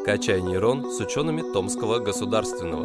«Качай нейрон» с учеными Томского государственного.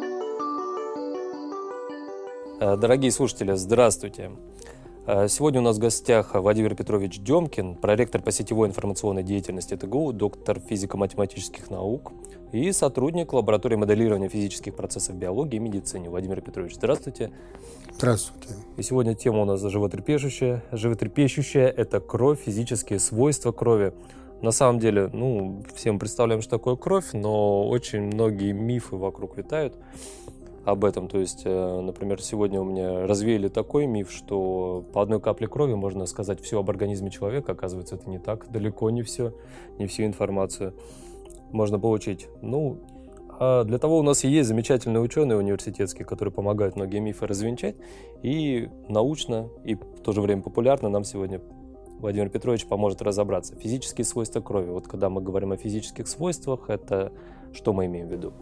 Дорогие слушатели, здравствуйте! Сегодня у нас в гостях Владимир Петрович Демкин, проректор по сетевой информационной деятельности ТГУ, доктор физико-математических наук и сотрудник лаборатории моделирования физических процессов в биологии и медицине. Владимир Петрович, здравствуйте! Здравствуйте! И сегодня тема у нас животрепещущая. Это кровь, физические свойства крови. На самом деле, все мы представляем, что такое кровь, но очень многие мифы вокруг витают об этом. То есть, например, сегодня у меня развеяли такой миф, что по одной капле крови можно сказать все об организме человека. Оказывается, это не так. Далеко не все, не всю информацию можно получить. А для того у нас и есть замечательные ученые университетские, которые помогают многие мифы развенчать. И научно, и в то же время популярно нам сегодня Владимир Петрович поможет разобраться. Физические свойства крови. Вот когда мы говорим о физических свойствах, это что мы имеем в виду?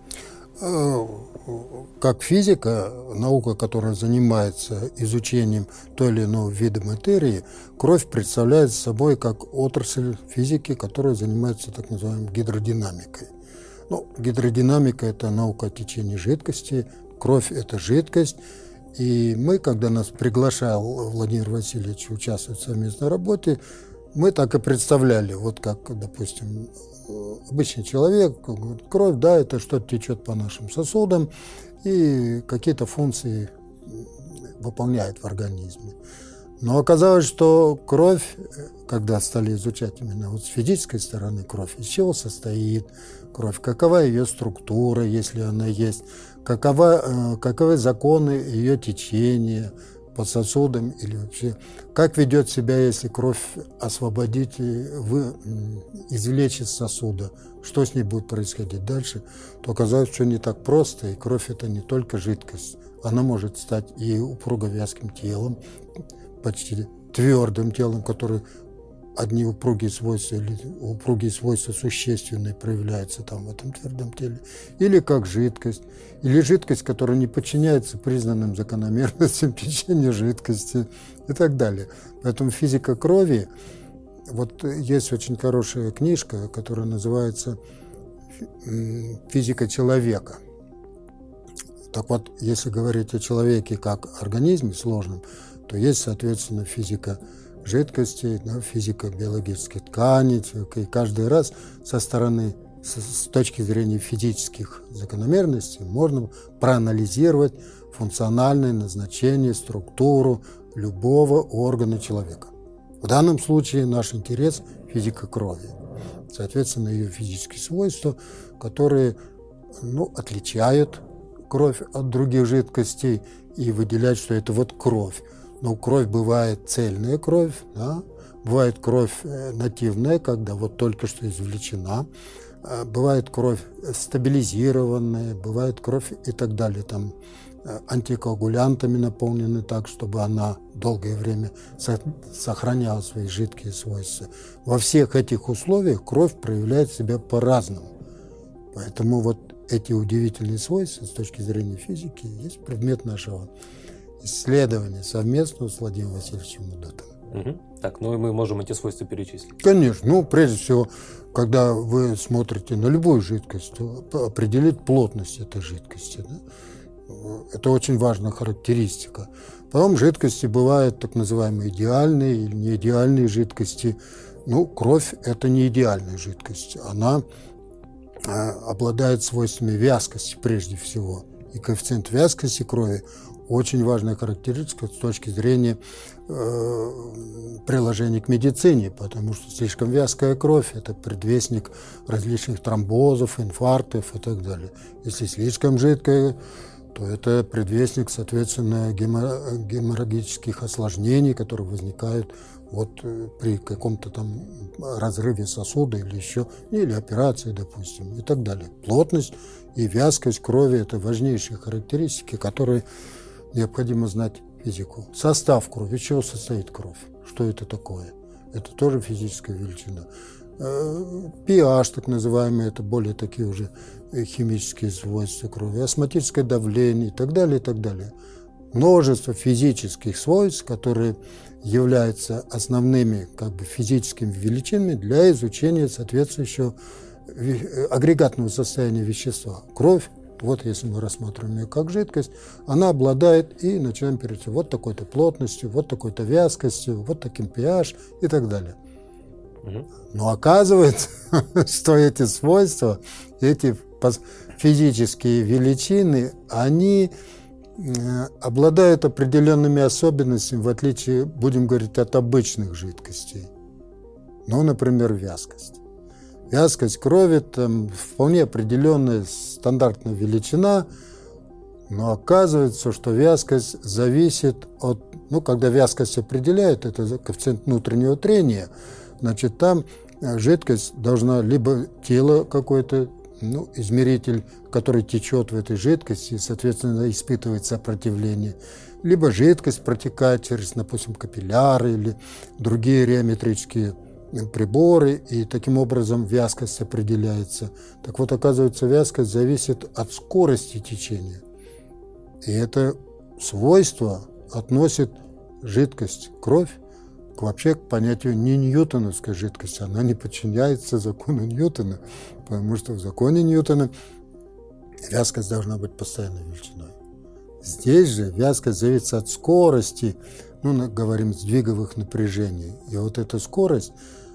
Как физика, наука, которая занимается изучением той или иного вида материи, кровь представляет собой как отрасль физики, которая занимается так называемой гидродинамикой. Гидродинамика – это наука о течении жидкости, кровь – это жидкость. И мы, когда нас приглашал Владимир Васильевич участвовать в совместной работе, мы так и представляли, вот как, допустим, обычный человек, говорит, кровь, да, это что-то течет по нашим сосудам и какие-то функции выполняет в организме. Но оказалось, что кровь, когда стали изучать именно с физической стороны кровь, из чего состоит кровь, какова ее структура, если она есть, каковы законы ее течения по сосудам или вообще, как ведет себя, если кровь освободить, извлечь из сосуда, что с ней будет происходить дальше, то оказалось, что не так просто, и кровь – это не только жидкость, она может стать и упруго-вязким телом, почти твердым телом, который одни упругие свойства существенные проявляются там в этом твердом теле, или как жидкость, или жидкость, которая не подчиняется признанным закономерностям течения жидкости и так далее. Поэтому физика крови, вот есть очень хорошая книжка, которая называется «Физика человека». Так вот, если говорить о человеке как организме сложном, то есть, соответственно, физика жидкости, физика биологических тканей. И каждый раз с точки зрения физических закономерностей можно проанализировать функциональное назначение, структуру любого органа человека. В данном случае наш интерес – физика крови. Соответственно, ее физические свойства, которые отличают кровь от других жидкостей и выделяют, что это вот кровь. Но кровь бывает цельная кровь, да? Бывает кровь нативная, когда вот только что извлечена, бывает кровь стабилизированная, бывает кровь и так далее, там антикоагулянтами наполнены так, чтобы она долгое время сохраняла свои жидкие свойства. Во всех этих условиях кровь проявляет себя по-разному. Поэтому вот эти удивительные свойства с точки зрения физики есть предмет нашего исследования совместно с Владимиром Васильевичем Удотом. Так, и мы можем эти свойства перечислить. Конечно. Прежде всего, когда вы смотрите на любую жидкость, то определить плотность этой жидкости. Да? Это очень важная характеристика. Потом жидкости бывают так называемые идеальные или неидеальные жидкости. Кровь – это не идеальная жидкость. Она обладает свойствами вязкости прежде всего. И коэффициент вязкости крови – очень важная характеристика с точки зрения приложения к медицине, потому что слишком вязкая кровь – это предвестник различных тромбозов, инфарктов и так далее. Если слишком жидкая, то это предвестник, соответственно, геморрагических осложнений, которые возникают при каком-то там разрыве сосуда или операции, допустим, и так далее. Плотность и вязкость крови – это важнейшие характеристики, которые необходимо знать физику. Состав крови. Из чего состоит кровь? Что это такое? Это тоже физическая величина. pH, так называемый, это более такие уже химические свойства крови. Осмотическое давление и так далее, и так далее. Множество физических свойств, которые являются основными физическими величинами для изучения соответствующего агрегатного состояния вещества. Кровь, вот если мы рассматриваем ее как жидкость, она обладает, и начинаем перейти, вот такой-то плотностью, вот такой-то вязкостью, вот таким pH и так далее. Но оказывается, что эти свойства, эти физические величины, они обладают определенными особенностями, в отличие, будем говорить, от обычных жидкостей. Ну, например, вязкость. Вязкость крови там вполне определенная стандартная величина, но оказывается, что вязкость зависит от, когда вязкость определяет, это коэффициент внутреннего трения, значит, там жидкость должна либо тело какое-то, измеритель, который течет в этой жидкости, соответственно, испытывает сопротивление, либо жидкость протекает через, допустим, капилляры или другие реометрические приборы, и таким образом вязкость определяется. Так вот, оказывается, вязкость зависит от скорости течения. И это свойство относит жидкость, кровь, вообще к понятию не ньютоновской жидкости. Она не подчиняется закону Ньютона, потому что в законе Ньютона вязкость должна быть постоянной величиной. Здесь же вязкость зависит от скорости, говорим, сдвиговых напряжений. И вот эта скорость,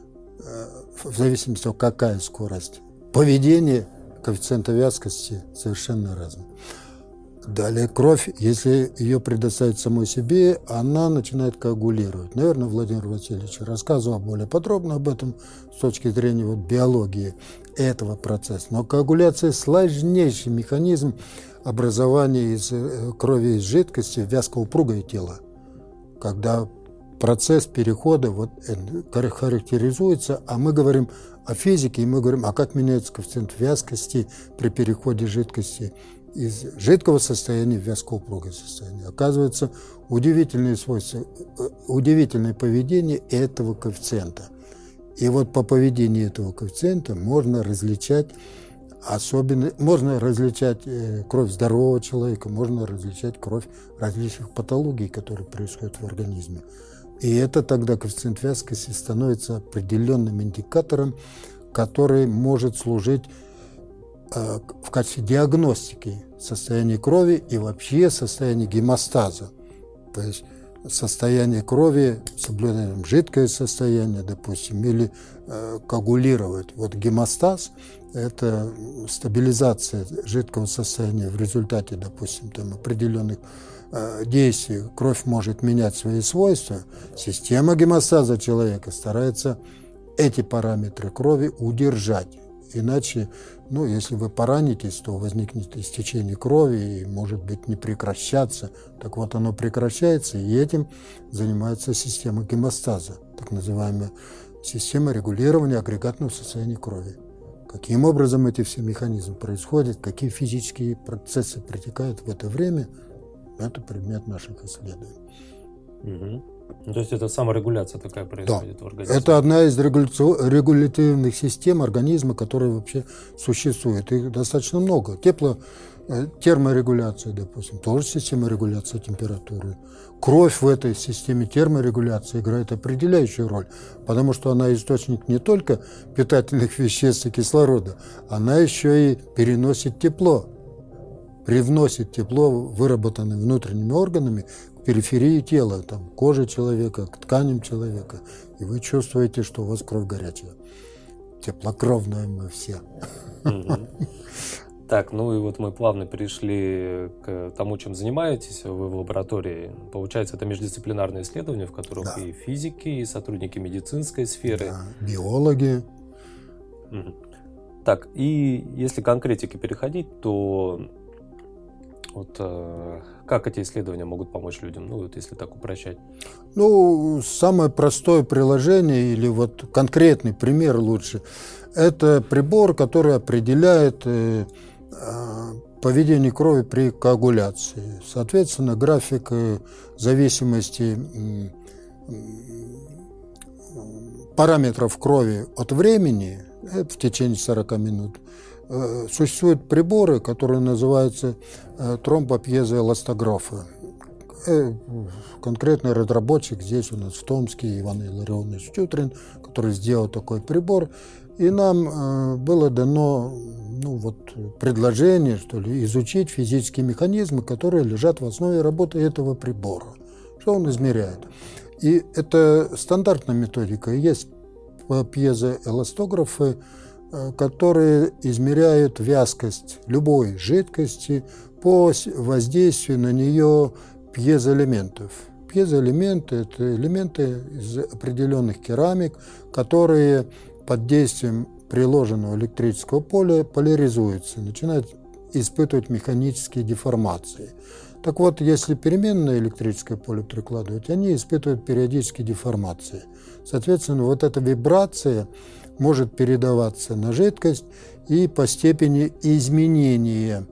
в зависимости от какая скорость, поведение коэффициента вязкости совершенно разное. Далее кровь, если ее предоставить самой себе, она начинает коагулировать. Наверное, Владимир Васильевич рассказывал более подробно об этом с точки зрения биологии этого процесса. Но коагуляция – сложнейший механизм образования из крови из жидкости в вязкоупругое тело, когда процесс перехода характеризуется, а мы говорим о физике, и мы говорим, а как меняется коэффициент вязкости при переходе жидкости из жидкого состояния в вязкоупругое состояние. Оказывается, удивительные свойства, удивительное поведение этого коэффициента. И вот по поведению этого коэффициента можно различать кровь здорового человека, можно различать кровь различных патологий, которые происходят в организме. И это тогда коэффициент вязкости становится определенным индикатором, который может служить в качестве диагностики состояния крови и вообще состояния гемостаза. То есть состояние крови, соблюдаем жидкое состояние, допустим, или коагулировать. Вот гемостаз – это стабилизация жидкого состояния в результате, допустим, определенных действий. Кровь может менять свои свойства. Система гемостаза человека старается эти параметры крови удержать. Иначе, если вы поранитесь, то возникнет истечение крови и, может быть, не прекращаться. Так вот, оно прекращается, и этим занимается система гемостаза, так называемая система регулирования агрегатного состояния крови. Каким образом эти все механизмы происходят, какие физические процессы протекают в это время, это предмет наших исследований. То есть это саморегуляция такая происходит в организме? Это одна из регулятивных систем организма, которые вообще существуют. Их достаточно много. Терморегуляция, допустим, тоже система регуляции температуры. Кровь в этой системе терморегуляции играет определяющую роль, потому что она источник не только питательных веществ и кислорода, она еще и переносит тепло, привносит тепло, выработанное внутренними органами, периферии тела, к коже человека, к тканям человека, и вы чувствуете, что у вас кровь горячая. Теплокровные мы все. Так, и вот мы плавно перешли к тому, чем занимаетесь вы в лаборатории. Получается, это междисциплинарное исследование, в котором и физики, и сотрудники медицинской сферы. Биологи. Так, и если к конкретике переходить, то как эти исследования могут помочь людям, если так упрощать? Самое простое приложение или конкретный пример лучше, это прибор, который определяет поведение крови при коагуляции. Соответственно, график зависимости параметров крови от времени в течение 40 минут. Существуют приборы, которые называются тромбопьезоэластографы. Конкретный разработчик здесь у нас в Томске Иван Илларионович Тютрин, который сделал такой прибор, и нам было дано предложение, что ли, изучить физические механизмы, которые лежат в основе работы этого прибора. Что он измеряет? И это стандартная методика. Есть пьезоэластографы, которые измеряют вязкость любой жидкости по воздействию на нее пьезоэлементов. Пьезоэлементы – это элементы из определенных керамик, которые под действием приложенного электрического поля поляризуются, начинают испытывать механические деформации. Так вот, если переменное электрическое поле прикладывать, они испытывают периодические деформации. Соответственно, вот эта вибрация может передаваться на жидкость, и по степени изменения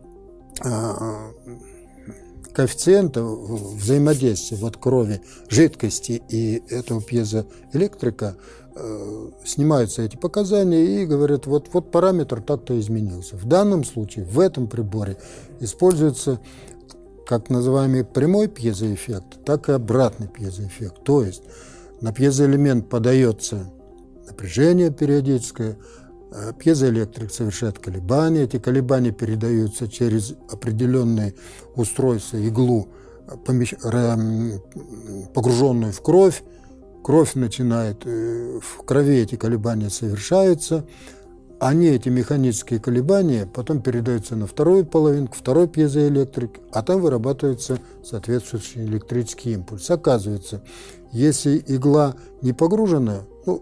коэффициента взаимодействия крови, жидкости и этого пьезоэлектрика снимаются эти показания и говорят, вот параметр так-то изменился. В данном случае, в этом приборе используется как называемый прямой пьезоэффект, так и обратный пьезоэффект. То есть на пьезоэлемент подается напряжение периодическое, пьезоэлектрик совершает колебания, эти колебания передаются через определенные устройства, иглу, погруженную в кровь. Кровь начинает, в крови эти колебания совершаются, эти механические колебания потом передаются на вторую половинку, второй пьезоэлектрик, а там вырабатывается соответствующий электрический импульс. Оказывается, если игла не погружена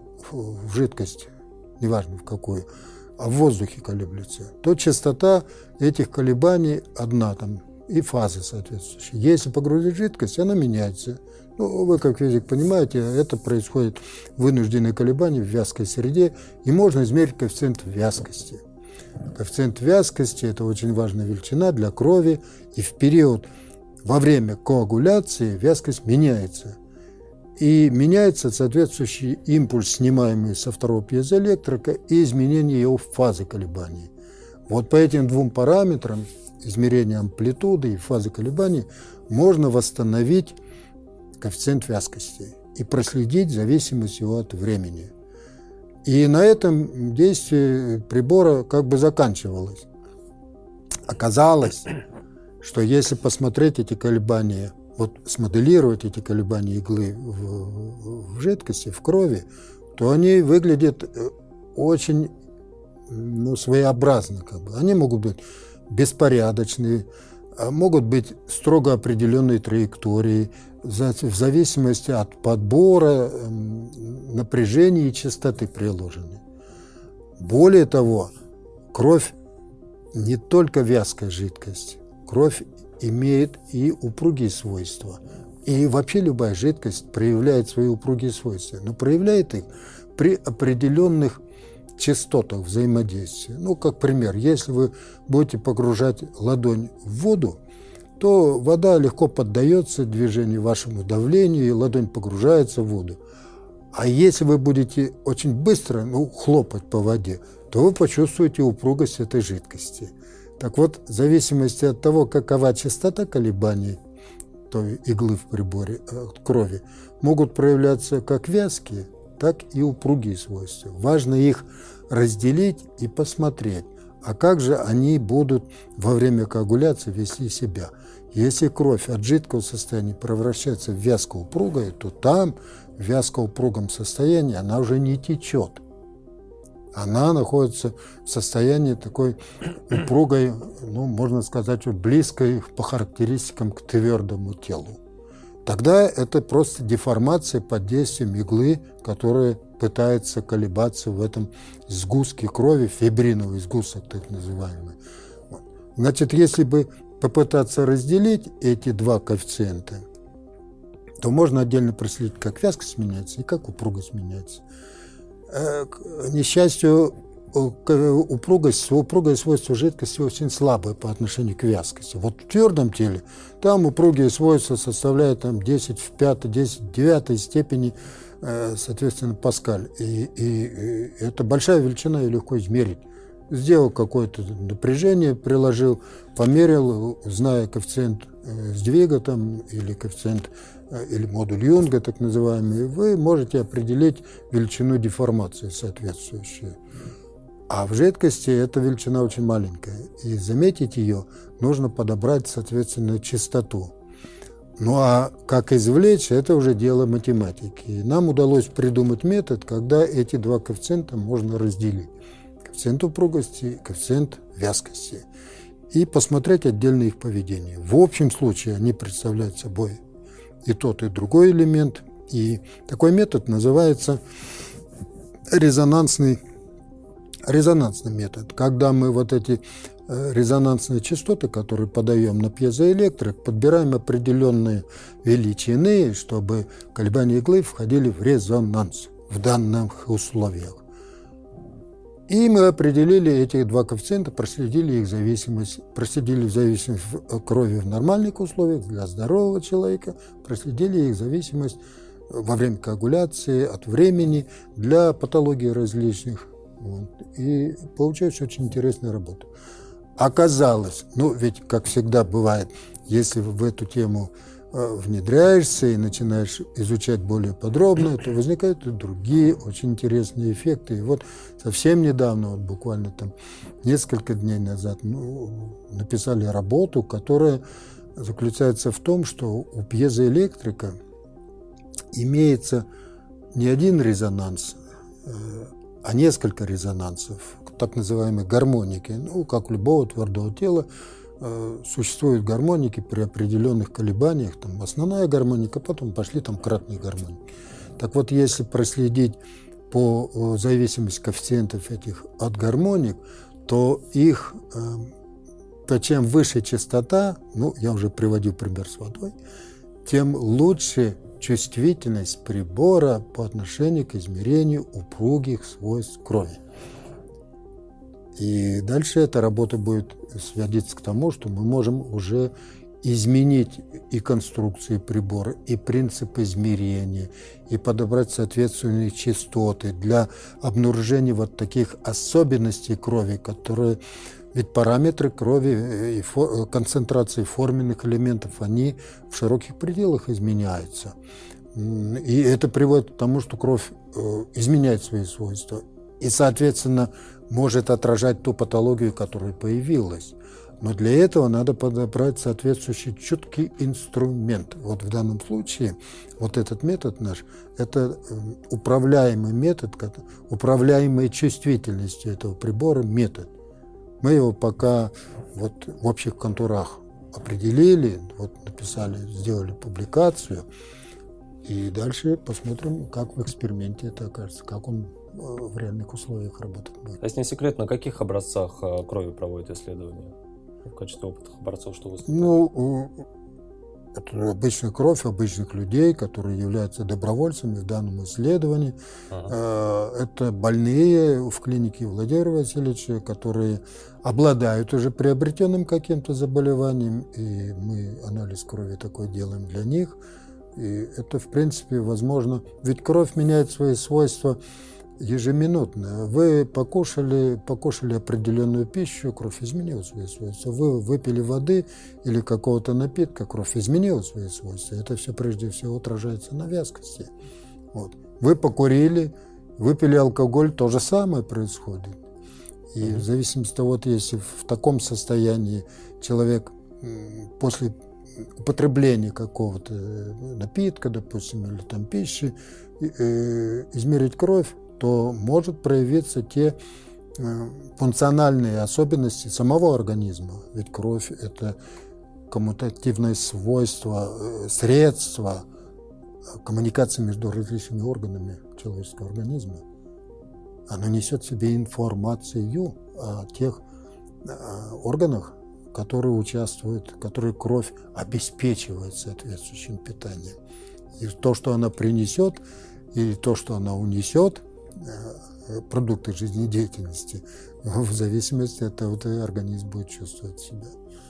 в жидкость, неважно в какую, а в воздухе колеблется, то частота этих колебаний одна и фазы соответствующие. Если погрузить жидкость, она меняется. Вы, как физик, понимаете, это происходит вынужденные колебания в вязкой среде, и можно измерить коэффициент вязкости. Коэффициент вязкости – это очень важная величина для крови, и в период, во время коагуляции вязкость меняется. И меняется соответствующий импульс, снимаемый со второго пьезоэлектрика, и изменение его фазы колебаний. Вот по этим двум параметрам, измерения амплитуды и фазы колебаний, можно восстановить коэффициент вязкости и проследить зависимость его от времени. И на этом действие прибора заканчивалось. Оказалось, что если посмотреть эти колебания, смоделировать эти колебания иглы в жидкости, в крови, то они выглядят очень своеобразно. Они могут быть беспорядочные, могут быть строго определенной траектории, в зависимости от подбора, напряжения и частоты приложенной. Более того, кровь не только вязкая жидкость, кровь имеет и упругие свойства. И вообще любая жидкость проявляет свои упругие свойства, но проявляет их при определенных частотах взаимодействия. Как пример, если вы будете погружать ладонь в воду, то вода легко поддается движению, вашему давлению, и ладонь погружается в воду. А если вы будете очень быстро хлопать по воде, то вы почувствуете упругость этой жидкости. Так вот, в зависимости от того, какова частота колебаний той иглы в приборе крови, могут проявляться как вязкие, так и упругие свойства. Важно их разделить и посмотреть, а как же они будут во время коагуляции вести себя. Если кровь от жидкого состояния превращается в вязко-упругое, то там, в вязко-упругом состоянии, она уже не течет. Она находится в состоянии такой упругой, можно сказать, близкой по характеристикам к твердому телу. Тогда это просто деформация под действием иглы, которая пытается колебаться в этом сгустке крови, фибриновый сгусток так называемый. Значит, если бы попытаться разделить эти два коэффициента, то можно отдельно проследить, как вязкость меняется и как упругость меняется. К несчастью, упругое свойство жидкости очень слабое по отношению к вязкости. В твердом теле там упругие свойства составляют 10 в 5, 10 в 9 степени, соответственно, паскаль. И это большая величина, ее легко измерить. Сделал какое-то напряжение, приложил, померил, зная коэффициент сдвига или коэффициент или модуль Юнга, так называемый, вы можете определить величину деформации соответствующую. А в жидкости эта величина очень маленькая. И заметить ее нужно подобрать, соответственно, частоту. Ну а как извлечь, это уже дело математики. И нам удалось придумать метод, когда эти два коэффициента можно разделить. Коэффициент упругости и коэффициент вязкости. И посмотреть отдельно их поведение. В общем случае они представляют собой и тот, и другой элемент. И такой метод называется резонансный метод. Когда мы вот эти резонансные частоты, которые подаем на пьезоэлектрик, подбираем определенные величины, чтобы колебания иглы входили в резонанс в данных условиях. И мы определили эти два коэффициента, проследили в зависимости крови в нормальных условиях для здорового человека, проследили их зависимость во время коагуляции от времени для патологий различных. Вот. И получилась очень интересная работа. Оказалось, ведь, как всегда бывает, если в эту тему внедряешься и начинаешь изучать более подробно, то возникают и другие очень интересные эффекты. И вот совсем недавно, буквально там несколько дней назад, написали работу, которая заключается в том, что у пьезоэлектрика имеется не один резонанс, а несколько резонансов, так называемые гармоники. Как у любого твердого тела, существуют гармоники при определенных колебаниях, там основная гармоника, потом пошли там кратные гармоники. Так вот, если проследить по зависимости коэффициентов этих от гармоник, то их, чем выше частота, я уже приводил пример с водой, тем лучше чувствительность прибора по отношению к измерению упругих свойств крови. И дальше эта работа будет сводиться к тому, что мы можем уже изменить и конструкции прибора, и принцип измерения, и подобрать соответственные частоты для обнаружения вот таких особенностей крови, которые... Ведь параметры крови и концентрации форменных элементов, они в широких пределах изменяются. И это приводит к тому, что кровь изменяет свои свойства. И, соответственно, может отражать ту патологию, которая появилась. Но для этого надо подобрать соответствующий чуткий инструмент. Вот в данном случае вот этот метод наш, это управляемый метод, управляемой чувствительностью этого прибора метод. Мы его пока вот в общих контурах определили, вот написали, сделали публикацию, и дальше посмотрим, как в эксперименте это окажется, как он в реальных условиях работать будет. А если не секрет, на каких образцах крови проводят исследования? В качестве опытных образцов что выступает? Это обычная кровь обычных людей, которые являются добровольцами в данном исследовании. Это больные в клинике Владимира Васильевича, которые обладают уже приобретенным каким-то заболеванием, и мы анализ крови такой делаем для них. И это, в принципе, возможно. Ведь кровь меняет свои свойства ежеминутно. Вы покушали определенную пищу, кровь изменила свои свойства. Вы выпили воды или какого-то напитка, кровь изменила свои свойства. Это все прежде всего отражается на вязкости. Вот. Вы покурили, выпили алкоголь, то же самое происходит. И в зависимости от того, если в таком состоянии человек после употребления какого-то напитка, допустим, или там пищи, измерить кровь, то может проявиться те функциональные особенности самого организма. Ведь кровь – это коммутативное свойство, средство коммуникации между различными органами человеческого организма. Оно несет в себе информацию о тех органах, которые участвуют, которые кровь обеспечивает соответствующим питанием. И то, что она принесет, или то, что она унесет, продукты жизнедеятельности, в зависимости от того, как организм будет чувствовать себя.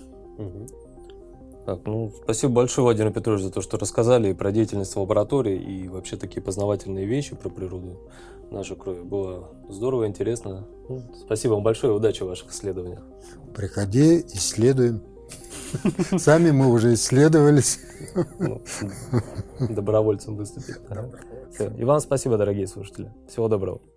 Так, спасибо большое, Владимир Петрович, за то, что рассказали и про деятельность в лаборатории, и вообще такие познавательные вещи про природу нашей крови. Было здорово, интересно. Спасибо вам большое, удачи в ваших исследованиях. Приходи, исследуем. Сами мы уже исследовались. Добровольцем выступить. И вам спасибо, дорогие слушатели. Всего доброго.